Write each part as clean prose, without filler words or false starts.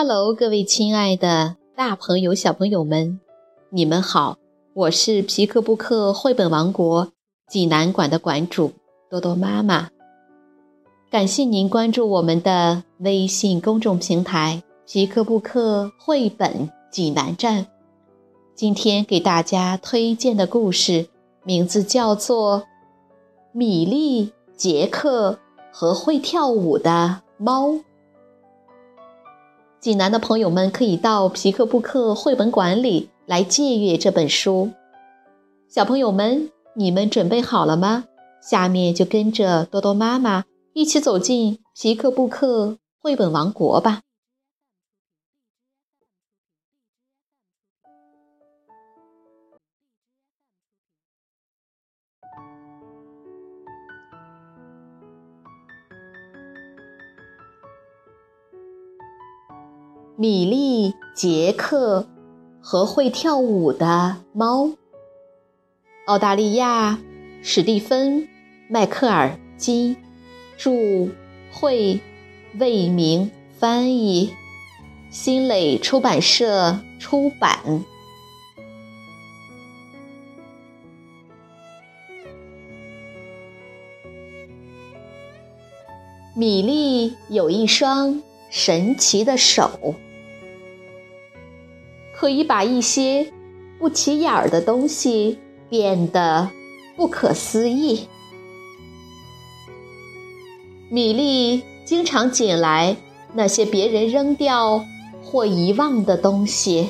Hello， 各位亲爱的大朋友小朋友们，你们好，我是皮克布克绘本王国济南馆的馆主多多妈妈。感谢您关注我们的微信公众平台皮克布克绘本济南站。今天给大家推荐的故事名字叫做米莉、杰克和会跳舞的猫。济南的朋友们可以到皮克布克绘本馆里来借阅这本书。小朋友们，你们准备好了吗？下面就跟着多多妈妈一起走进皮克布克绘本王国吧。米莉、杰克和会跳舞的猫。澳大利亚史蒂芬·迈克尔基著，绘魏明翻译，新蕾出版社出版。米莉有一双神奇的手，可以把一些不起眼儿的东西变得不可思议。米莉经常捡来那些别人扔掉或遗忘的东西，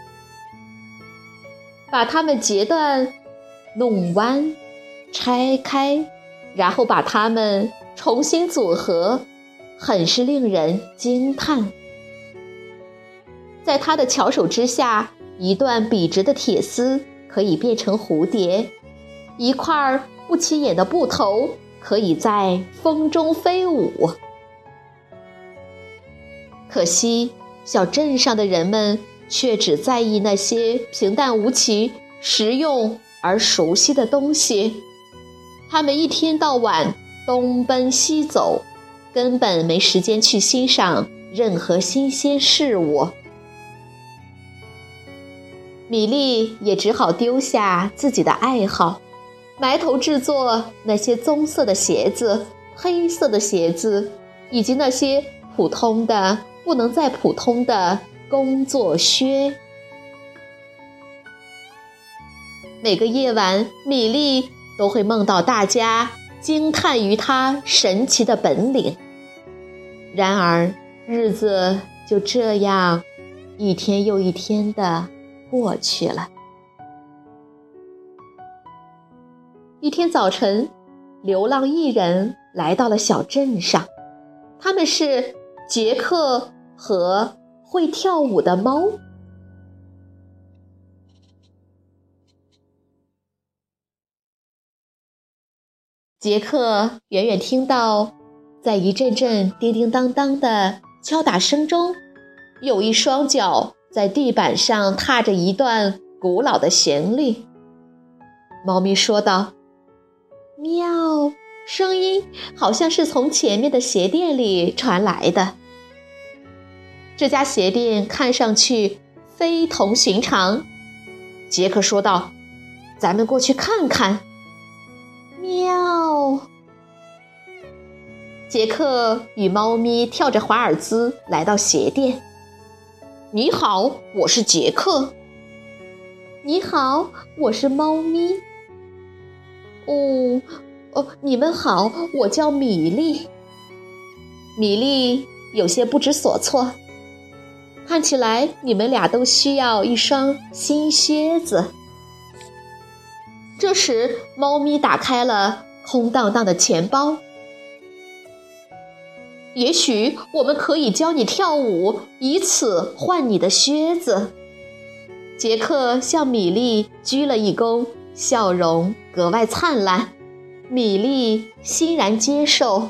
把它们截断、弄弯、拆开，然后把它们重新组合，很是令人惊叹。在他的巧手之下，一段笔直的铁丝可以变成蝴蝶，一块不起眼的布头可以在风中飞舞。可惜，小镇上的人们却只在意那些平淡无奇、实用而熟悉的东西。他们一天到晚东奔西走，根本没时间去欣赏任何新鲜事物。米莉也只好丢下自己的爱好，埋头制作那些棕色的鞋子、黑色的鞋子，以及那些普通的不能再普通的工作靴。每个夜晚，米莉都会梦到大家惊叹于她神奇的本领。然而，日子就这样一天又一天地过去了。一天早晨，流浪艺人来到了小镇上，他们是杰克和会跳舞的猫。杰克远远听到，在一阵阵叮叮当当的敲打声中，有一双脚在地板上踏着一段古老的旋律。猫咪说道：喵，声音好像是从前面的鞋店里传来的。这家鞋店看上去非同寻常。杰克说道：咱们过去看看。喵！杰克与猫咪跳着华尔兹来到鞋店。你好，我是杰克。你好，我是猫咪。你们好，我叫米莉。米莉有些不知所措。看起来你们俩都需要一双新靴子。这时，猫咪打开了空荡荡的钱包。也许我们可以教你跳舞，以此换你的靴子。杰克向米莉鞠了一躬，笑容格外灿烂。米莉欣然接受。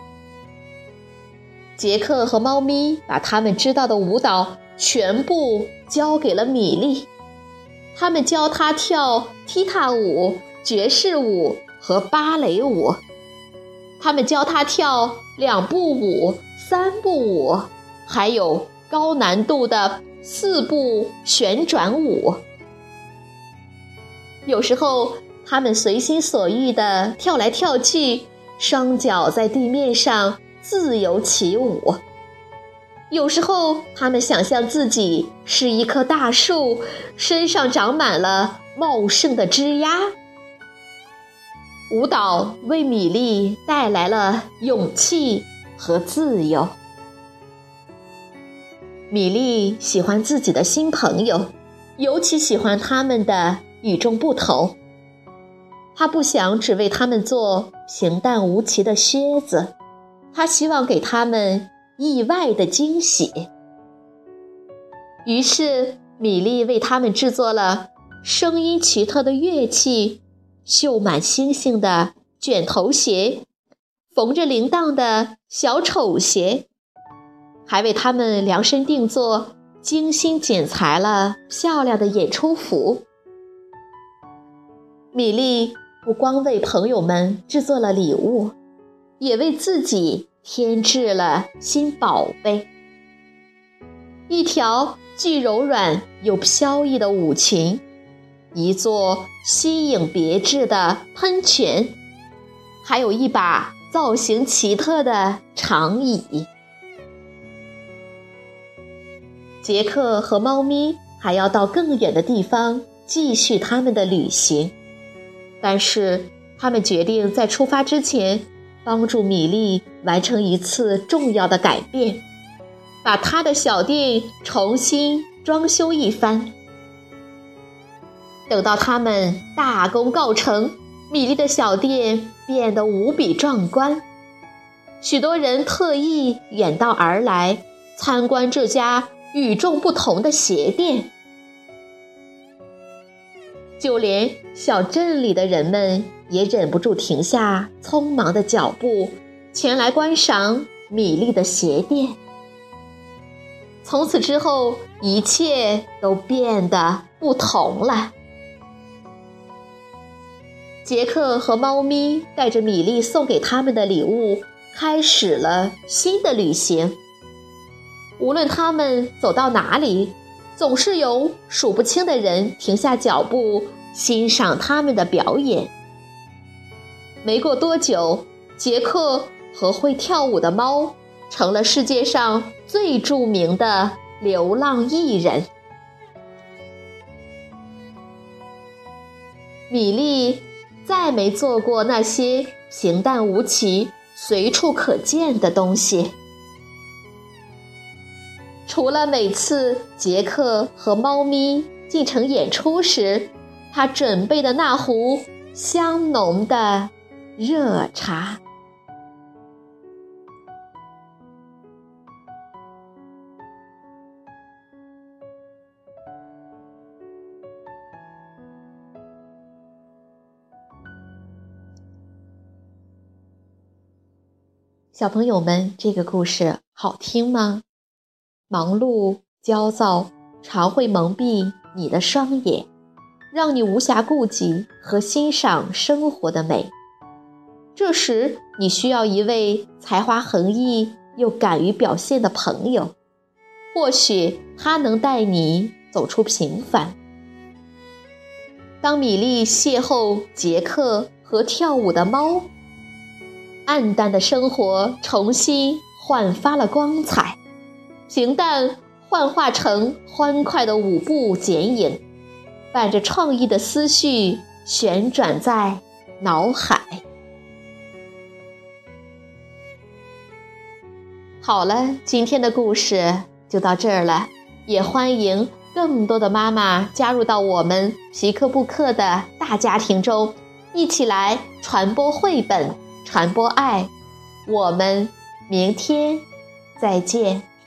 杰克和猫咪把他们知道的舞蹈全部交给了米莉。他们教她跳踢踏舞、爵士舞和芭蕾舞。他们教她跳2步舞、3步舞，还有高难度的4步旋转舞。有时候他们随心所欲地跳来跳去，双脚在地面上自由起舞。有时候他们想象自己是一棵大树，身上长满了茂盛的枝桠。舞蹈为米莉带来了勇气和自由。米莉喜欢自己的新朋友，尤其喜欢他们的与众不同。她不想只为他们做平淡无奇的靴子，她希望给他们意外的惊喜。于是米莉为他们制作了声音奇特的乐器，绣满星星的卷头鞋，缝着铃铛的小丑鞋，还为他们量身定做精心剪裁了漂亮的演出服。米莉不光为朋友们制作了礼物，也为自己添置了新宝贝。一条既柔软又飘逸的舞裙，一座新颖别致的喷泉，还有一把造型奇特的长椅。杰克和猫咪还要到更远的地方继续他们的旅行，但是他们决定在出发之前帮助米莉完成一次重要的改变，把她的小店重新装修一番。等到他们大功告成，米莉的小店变得无比壮观，许多人特意远道而来参观这家与众不同的鞋店。就连小镇里的人们也忍不住停下匆忙的脚步，前来观赏米莉的鞋店。从此之后，一切都变得不同了。杰克和猫咪带着米莉送给他们的礼物，开始了新的旅行。无论他们走到哪里，总是有数不清的人停下脚步欣赏他们的表演。没过多久，杰克和会跳舞的猫成了世界上最著名的流浪艺人。米莉再没做过那些平淡无奇、随处可见的东西。除了每次杰克和猫咪进城演出时，他准备的那壶香浓的热茶。小朋友们，这个故事好听吗？忙碌、焦躁常会蒙蔽你的双眼，让你无暇顾及和欣赏生活的美。这时你需要一位才华横溢又敢于表现的朋友，或许他能带你走出平凡。当米莉邂逅杰克和跳舞的猫，暗淡的生活重新焕发了光彩，平淡幻化成欢快的舞步剪影，伴着创意的思绪旋转在脑海。好了，今天的故事就到这儿了，也欢迎更多的妈妈加入到我们皮克布克的大家庭中，一起来传播绘本，传播爱。我们明天再见。